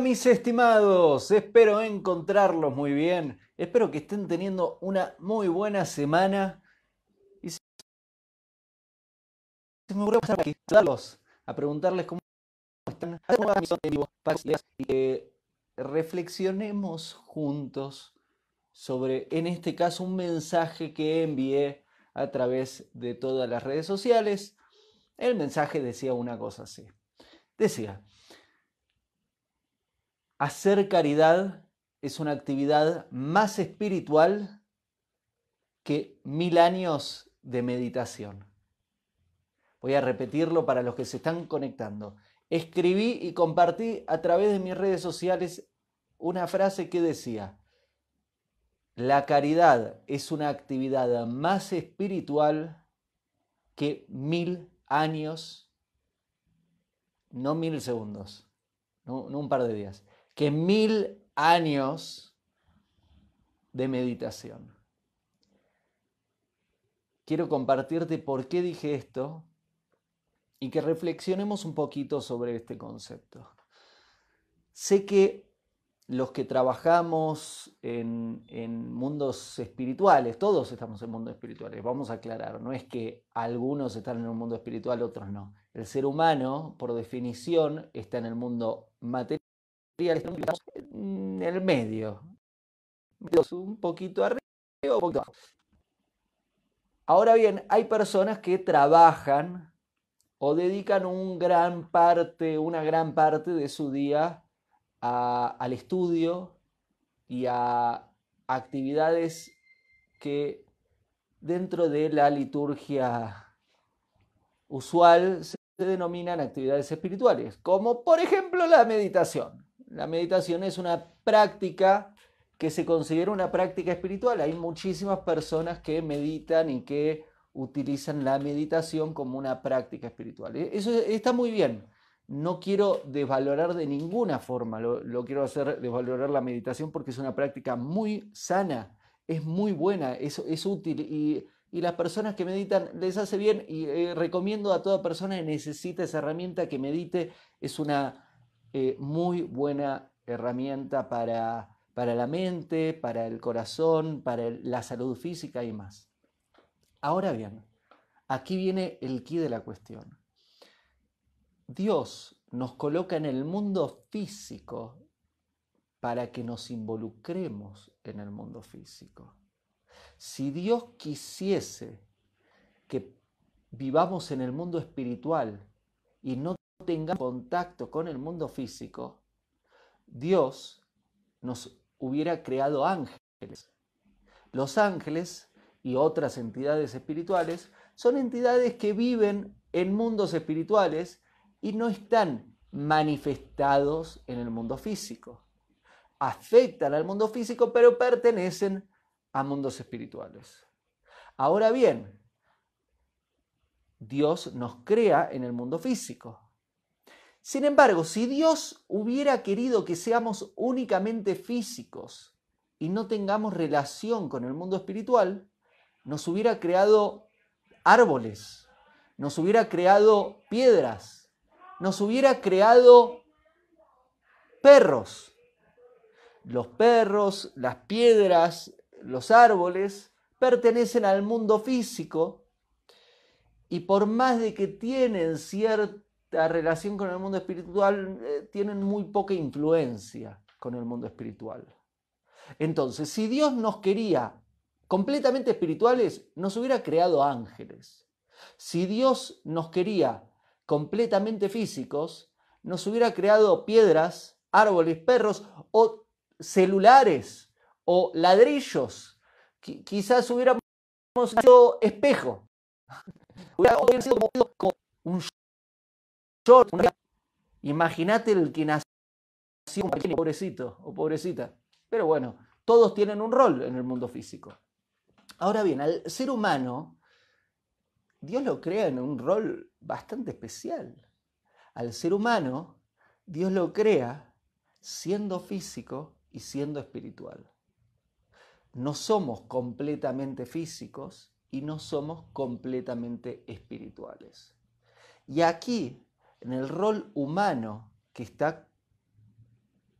mis estimados, espero encontrarlos muy bien, espero que estén teniendo una muy buena semana y se me ocurrió pasar aquí, saludarlos, a preguntarles cómo están, a hacer una nueva emisión en vivo para que reflexionemos juntos sobre, en este caso, un mensaje que envié a través de todas las redes sociales. El mensaje decía una cosa así, decía: hacer caridad es una actividad más espiritual que 1000 años de meditación. Voy a repetirlo para los que se están conectando. Escribí y compartí a través de mis redes sociales una frase que decía: la caridad es una actividad más espiritual que 1000 años, no 1000 segundos, no un par de días, que 1000 años de meditación. Quiero compartirte por qué dije esto y que reflexionemos un poquito sobre este concepto. Sé que los que trabajamos en mundos espirituales, todos estamos en mundos espirituales, vamos a aclarar, no es que algunos están en un mundo espiritual, otros no. El ser humano, por definición, está en el mundo material, en el medio, un poquito arriba, un poquito abajo. Ahora bien, hay personas que trabajan o dedican una gran parte de su día al estudio y a actividades que dentro de la liturgia usual se denominan actividades espirituales, como por ejemplo la meditación. La meditación es una práctica que se considera una práctica espiritual. Hay muchísimas personas que meditan y que utilizan la meditación como una práctica espiritual. Eso está muy bien. No quiero desvalorar de ninguna forma, lo quiero hacer desvalorar la meditación porque es una práctica muy sana, es muy buena, es útil y las personas que meditan les hace bien y recomiendo a toda persona que necesita esa herramienta que medite. Es una muy buena herramienta para la mente, para el corazón, para la salud física y más. Ahora bien, aquí viene el quid de la cuestión. Dios nos coloca en el mundo físico para que nos involucremos en el mundo físico. Si Dios quisiese que vivamos en el mundo espiritual y no tengamos contacto con el mundo físico, Dios nos hubiera creado ángeles. Los ángeles y otras entidades espirituales son entidades que viven en mundos espirituales y no están manifestados en el mundo físico. Afectan al mundo físico, pero pertenecen a mundos espirituales. Ahora bien, Dios nos crea en el mundo físico. Sin embargo, si Dios hubiera querido que seamos únicamente físicos y no tengamos relación con el mundo espiritual, nos hubiera creado árboles, nos hubiera creado piedras, nos hubiera creado perros. Los perros, las piedras, los árboles pertenecen al mundo físico y por más de que tienen cierta relación con el mundo espiritual, tienen muy poca influencia con el mundo espiritual. Entonces, si Dios nos quería completamente espirituales, nos hubiera creado ángeles. Si Dios nos quería completamente físicos, nos hubiera creado piedras, árboles, perros o celulares o ladrillos. Quizás hubiéramos sido espejo. Hubiera sido como un short. Imagínate el que nació un pequeño pobrecito o pobrecita. Pero bueno, todos tienen un rol en el mundo físico. Ahora bien, al ser humano, Dios lo crea en un rol bastante especial. Al ser humano, Dios lo crea siendo físico y siendo espiritual. No somos completamente físicos y no somos completamente espirituales. Y aquí, en el rol humano que está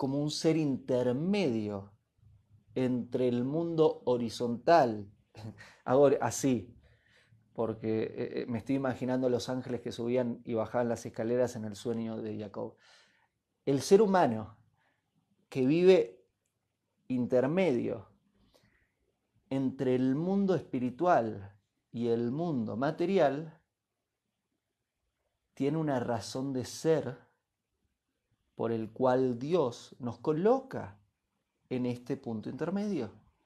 como un ser intermedio entre el mundo horizontal, ahora así, porque me estoy imaginando los ángeles que subían y bajaban las escaleras en el sueño de Jacob. El ser humano que vive intermedio entre el mundo espiritual y el mundo material tiene una razón de ser por el cual Dios nos coloca en este punto intermedio.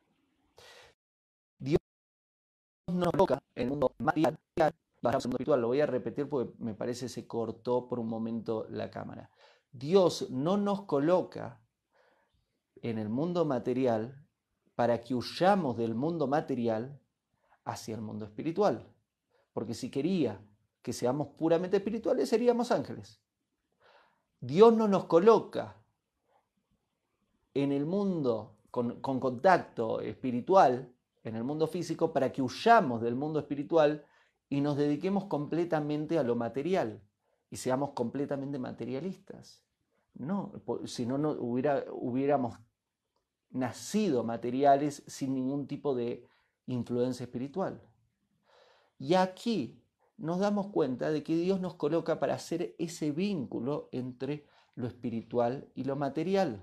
Dios nos coloca en el mundo material, bajamos al mundo espiritual. Lo voy a repetir porque me parece se cortó por un momento la cámara. Dios no nos coloca en el mundo material para que huyamos del mundo material hacia el mundo espiritual. Porque si quería que seamos puramente espirituales, seríamos ángeles. Dios no nos coloca en el mundo con contacto espiritual, en el mundo físico, para que huyamos del mundo espiritual y nos dediquemos completamente a lo material y seamos completamente materialistas. No, si no, hubiéramos nacido materiales sin ningún tipo de influencia espiritual. Y aquí nos damos cuenta de que Dios nos coloca para hacer ese vínculo entre lo espiritual y lo material.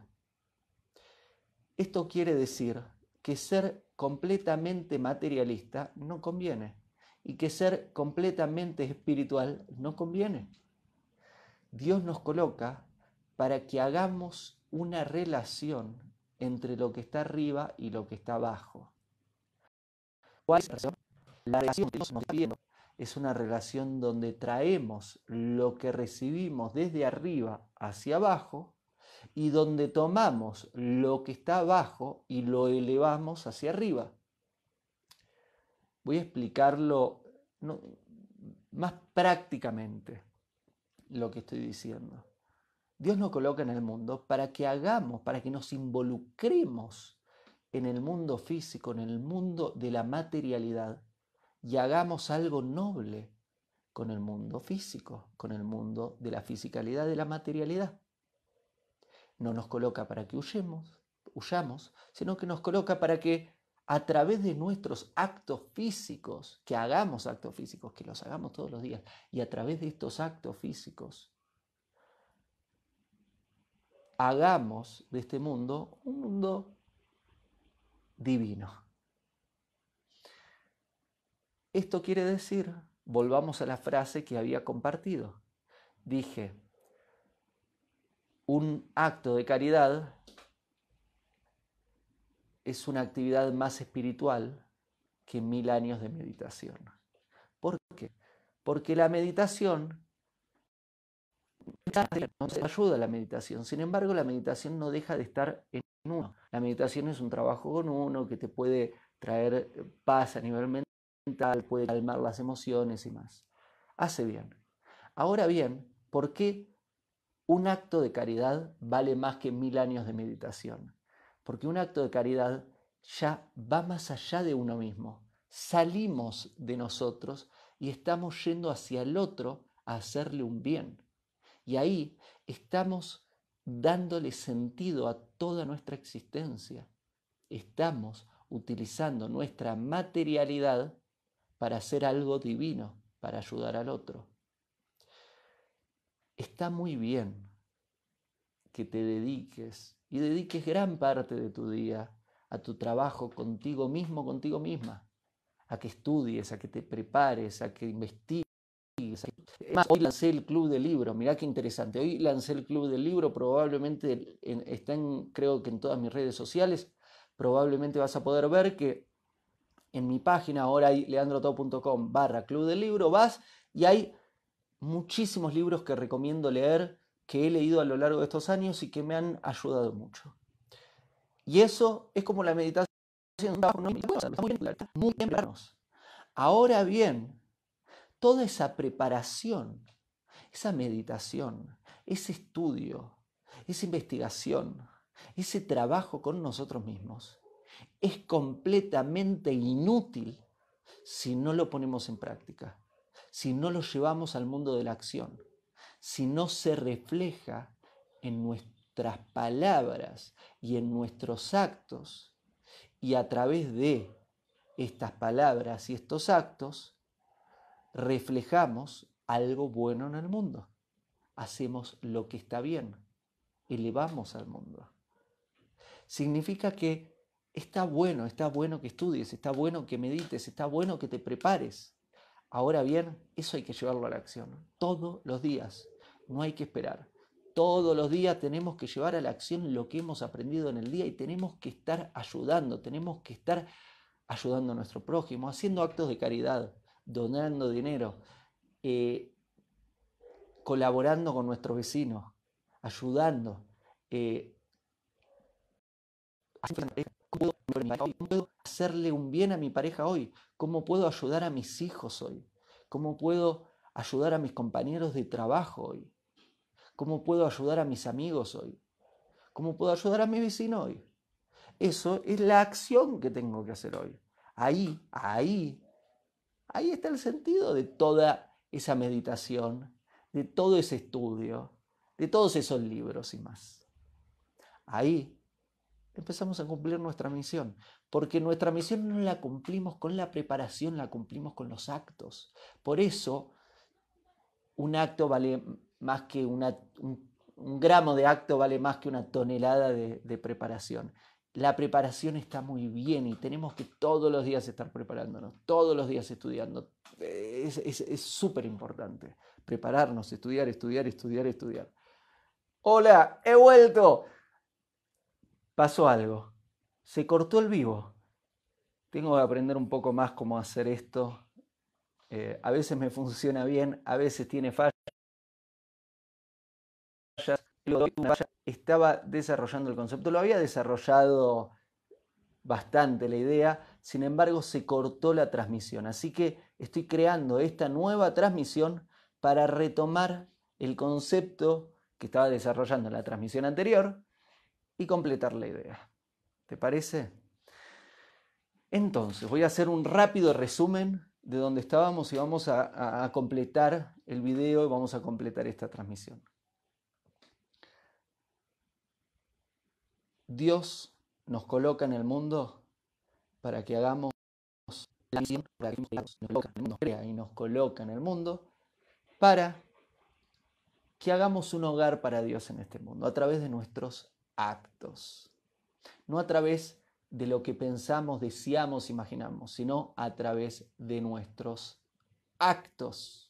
Esto quiere decir que ser completamente materialista no conviene y que ser completamente espiritual no conviene. Dios nos coloca para que hagamos una relación entre lo que está arriba y lo que está abajo. ¿Cuál es la relación? La relación que Dios nos está pidiendo es una relación donde traemos lo que recibimos desde arriba hacia abajo y donde tomamos lo que está abajo y lo elevamos hacia arriba. Voy a explicarlo más prácticamente lo que estoy diciendo. Dios nos coloca en el mundo para que hagamos, para que nos involucremos en el mundo físico, en el mundo de la materialidad y hagamos algo noble con el mundo físico, con el mundo de la fisicalidad, de la materialidad. No nos coloca para que huyamos, sino que nos coloca para que a través de nuestros actos físicos, que hagamos actos físicos, que los hagamos todos los días, y a través de estos actos físicos, hagamos de este mundo un mundo divino. Esto quiere decir, volvamos a la frase que había compartido. Dije, un acto de caridad es una actividad más espiritual que 1000 años de meditación. ¿Por qué? Porque la meditación nos ayuda a la meditación. Sin embargo, la meditación no deja de estar en uno. La meditación es un trabajo con uno que te puede traer paz a nivel mental, puede calmar las emociones y más. Hace bien. Ahora bien, ¿por qué un acto de caridad vale más que 1000 años de meditación? Porque un acto de caridad ya va más allá de uno mismo. Salimos de nosotros y estamos yendo hacia el otro a hacerle un bien. Y ahí estamos dándole sentido a toda nuestra existencia. Estamos utilizando nuestra materialidad para hacer algo divino, para ayudar al otro. Está muy bien que te dediques y dediques gran parte de tu día a tu trabajo contigo mismo, contigo misma, a que estudies, a que te prepares, a que investigues. Más, hoy lancé el club del libro, mirá qué interesante. Hoy lancé el club del libro, probablemente está creo que en todas mis redes sociales. Probablemente vas a poder ver que en mi página, ahora hay leandrotau.com/club del libro, vas y hay muchísimos libros que recomiendo leer, que he leído a lo largo de estos años y que me han ayudado mucho. Y eso es como la meditación. Muy bien. Ahora bien, toda esa preparación, esa meditación, ese estudio, esa investigación, ese trabajo con nosotros mismos, es completamente inútil si no lo ponemos en práctica, si no lo llevamos al mundo de la acción, si no se refleja en nuestras palabras y en nuestros actos, y a través de estas palabras y estos actos, reflejamos algo bueno en el mundo. Hacemos lo que está bien, elevamos al mundo. Significa que está bueno que estudies, está bueno que medites, está bueno que te prepares. Ahora bien, eso hay que llevarlo a la acción, todos los días, no hay que esperar. Todos los días tenemos que llevar a la acción lo que hemos aprendido en el día y tenemos que estar ayudando a nuestro prójimo, haciendo actos de caridad, donando dinero, colaborando con nuestros vecinos, ayudando. ¿Cómo puedo hacerle un bien a mi pareja hoy? ¿Cómo puedo ayudar a mis hijos hoy? ¿Cómo puedo ayudar a mis compañeros de trabajo hoy? ¿Cómo puedo ayudar a mis amigos hoy? ¿Cómo puedo ayudar a mi vecino hoy? Eso es la acción que tengo que hacer hoy. Ahí está el sentido de toda esa meditación, de todo ese estudio, de todos esos libros y más. Ahí empezamos a cumplir nuestra misión, porque nuestra misión no la cumplimos con la preparación, la cumplimos con los actos. Por eso, un acto vale más que un gramo de acto vale más que una tonelada de preparación. La preparación está muy bien y tenemos que todos los días estar preparándonos, todos los días estudiando. Es súper importante prepararnos, estudiar. Hola, he vuelto. Pasó algo. Se cortó el vivo. Tengo que aprender un poco más cómo hacer esto. A veces me funciona bien, a veces tiene fallas. Estaba desarrollando el concepto, lo había desarrollado bastante la idea, sin embargo se cortó la transmisión. Así que estoy creando esta nueva transmisión para retomar el concepto que estaba desarrollando en la transmisión anterior y completar la idea. ¿Te parece? Entonces, voy a hacer un rápido resumen de donde estábamos y vamos a completar el video y vamos a completar esta transmisión. Dios nos coloca en el mundo para que hagamos la misión, para que nos crea y nos coloca en el mundo para que hagamos un hogar para Dios en este mundo, a través de nuestros actos. No a través de lo que pensamos, deseamos, imaginamos, sino a través de nuestros actos.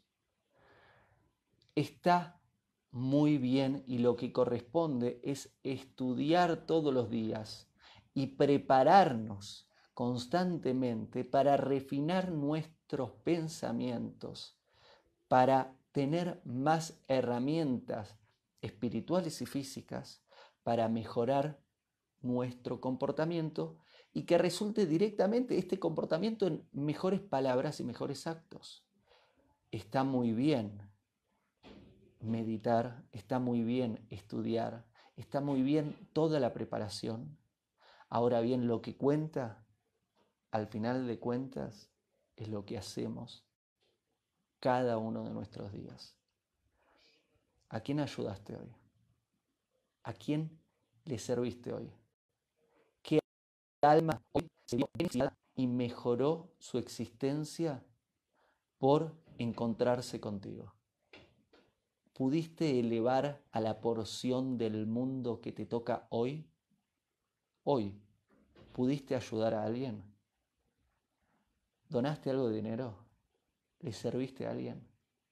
Está muy bien y lo que corresponde es estudiar todos los días y prepararnos constantemente para refinar nuestros pensamientos, para tener más herramientas espirituales y físicas para mejorar nuestro comportamiento y que resulte directamente este comportamiento en mejores palabras y mejores actos. Está muy bien meditar, está muy bien estudiar, está muy bien toda la preparación. Ahora bien, lo que cuenta, al final de cuentas, es lo que hacemos cada uno de nuestros días. ¿A quién ayudaste hoy? ¿A quién le serviste hoy? ¿Qué alma hoy se vio beneficiada y mejoró su existencia por encontrarse contigo? ¿Pudiste elevar a la porción del mundo que te toca hoy? Hoy, ¿pudiste ayudar a alguien? ¿Donaste algo de dinero? ¿Le serviste a alguien?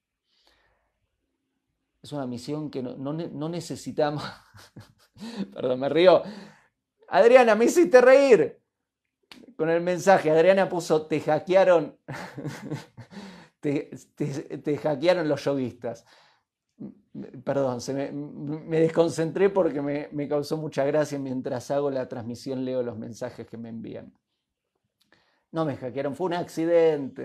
Es una misión que no necesitamos. Perdón, me río. Adriana, me hiciste reír con el mensaje. Adriana puso, te hackearon, te hackearon los yoguistas. Perdón, me desconcentré porque me causó mucha gracia. Mientras hago la transmisión leo los mensajes que me envían. No me hackearon, fue un accidente.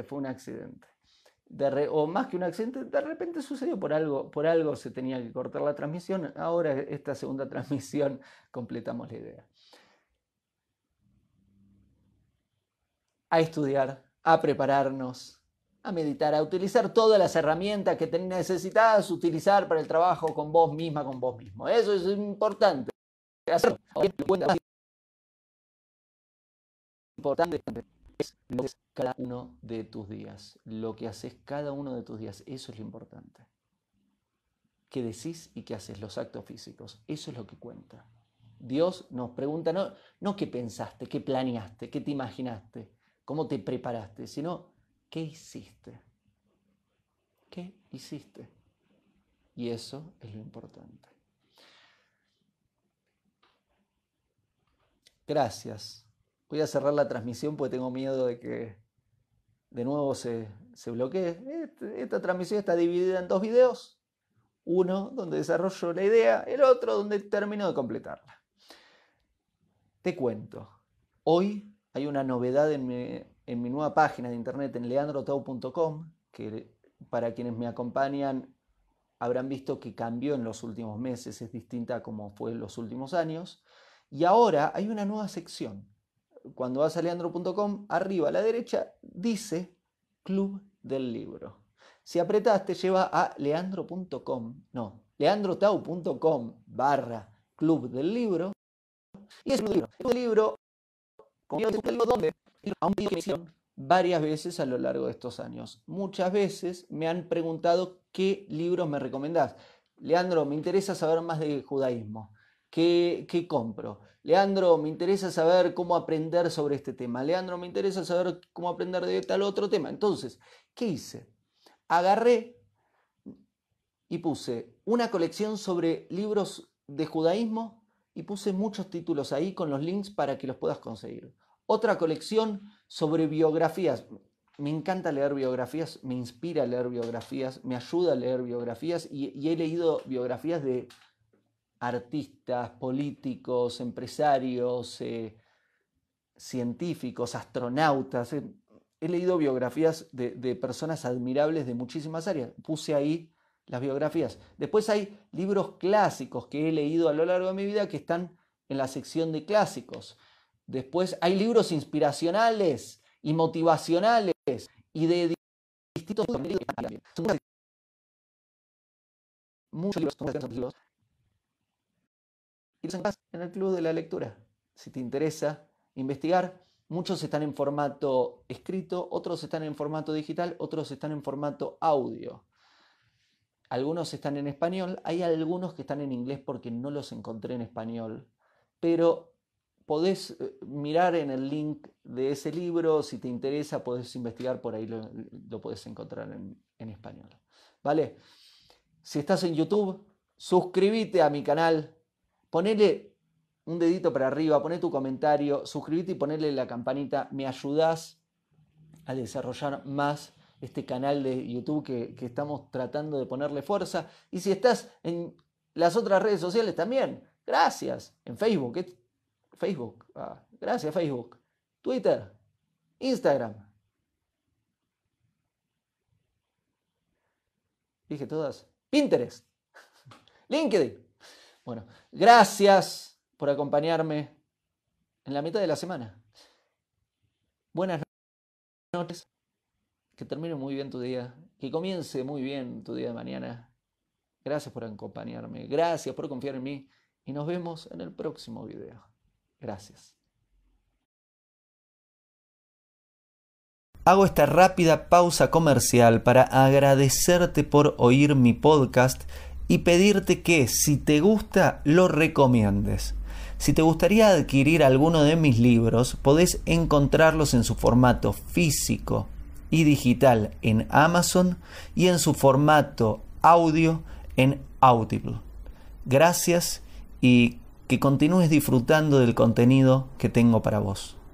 O más que un accidente, de repente sucedió por algo se tenía que cortar la transmisión. Ahora esta segunda transmisión completamos la idea. A estudiar, a prepararnos, a meditar, a utilizar todas las herramientas que necesitas utilizar para el trabajo con vos misma, con vos mismo. Eso es importante. Hacerlo. Importante es lo que haces cada uno de tus días. Lo que haces cada uno de tus días. Eso es lo importante. ¿Qué decís y qué haces? Los actos físicos. Eso es lo que cuenta. Dios nos pregunta no qué pensaste, qué planeaste, qué te imaginaste, cómo te preparaste, sino qué hiciste. ¿Qué hiciste? Y eso es lo importante. Gracias. Voy a cerrar la transmisión porque tengo miedo de que de nuevo se bloquee. Esta transmisión está dividida en 2 videos. Uno donde desarrollo la idea, el otro donde termino de completarla. Te cuento. Hoy hay una novedad en mi nueva página de internet en leandrotau.com, que para quienes me acompañan habrán visto que cambió en los últimos meses, es distinta a como fue en los últimos años. Y ahora hay una nueva sección. Cuando vas a leandro.com, arriba a la derecha dice Club del Libro. Si apretás te lleva a leandrotau.com/Club del Libro. Y es un libro, como donde aunque emisión varias veces a lo largo de estos años. Muchas veces me han preguntado qué libros me recomendás. Leandro, me interesa saber más de judaísmo. ¿Qué compro? Leandro, me interesa saber cómo aprender sobre este tema. Leandro, me interesa saber cómo aprender de tal otro tema. Entonces, ¿qué hice? Agarré y puse una colección sobre libros de judaísmo y puse muchos títulos ahí con los links para que los puedas conseguir. Otra colección sobre biografías. Me encanta leer biografías, me inspira a leer biografías, me ayuda a leer biografías y he leído biografías de artistas, políticos, empresarios, científicos, astronautas. He leído biografías de personas admirables de muchísimas áreas. Puse ahí las biografías. Después hay libros clásicos que he leído a lo largo de mi vida que están en la sección de clásicos. Después hay libros inspiracionales y motivacionales y de distintos libros. Muchos libros. Y en el Club de la Lectura. Si te interesa investigar, muchos están en formato escrito, otros están en formato digital, otros están en formato audio. Algunos están en español, hay algunos que están en inglés porque no los encontré en español, pero podés mirar en el link de ese libro, si te interesa podés investigar por ahí, lo podés encontrar en español. ¿Vale? Si estás en YouTube, suscríbete a mi canal, ponele un dedito para arriba, poné tu comentario, suscríbete y ponele la campanita, me ayudás a desarrollar más este canal de YouTube que estamos tratando de ponerle fuerza. Y si estás en las otras redes sociales también, gracias. En Facebook, gracias Facebook, Twitter, Instagram. Dije todas. Pinterest, LinkedIn. Bueno, gracias por acompañarme en la mitad de la semana. Buenas noches. Que termine muy bien tu día. Que comience muy bien tu día de mañana. Gracias por acompañarme. Gracias por confiar en mí. Y nos vemos en el próximo video. Gracias. Hago esta rápida pausa comercial para agradecerte por oír mi podcast y pedirte que, si te gusta, lo recomiendes. Si te gustaría adquirir alguno de mis libros, podés encontrarlos en su formato físico y digital en Amazon y en su formato audio en Audible. Gracias y que continúes disfrutando del contenido que tengo para vos.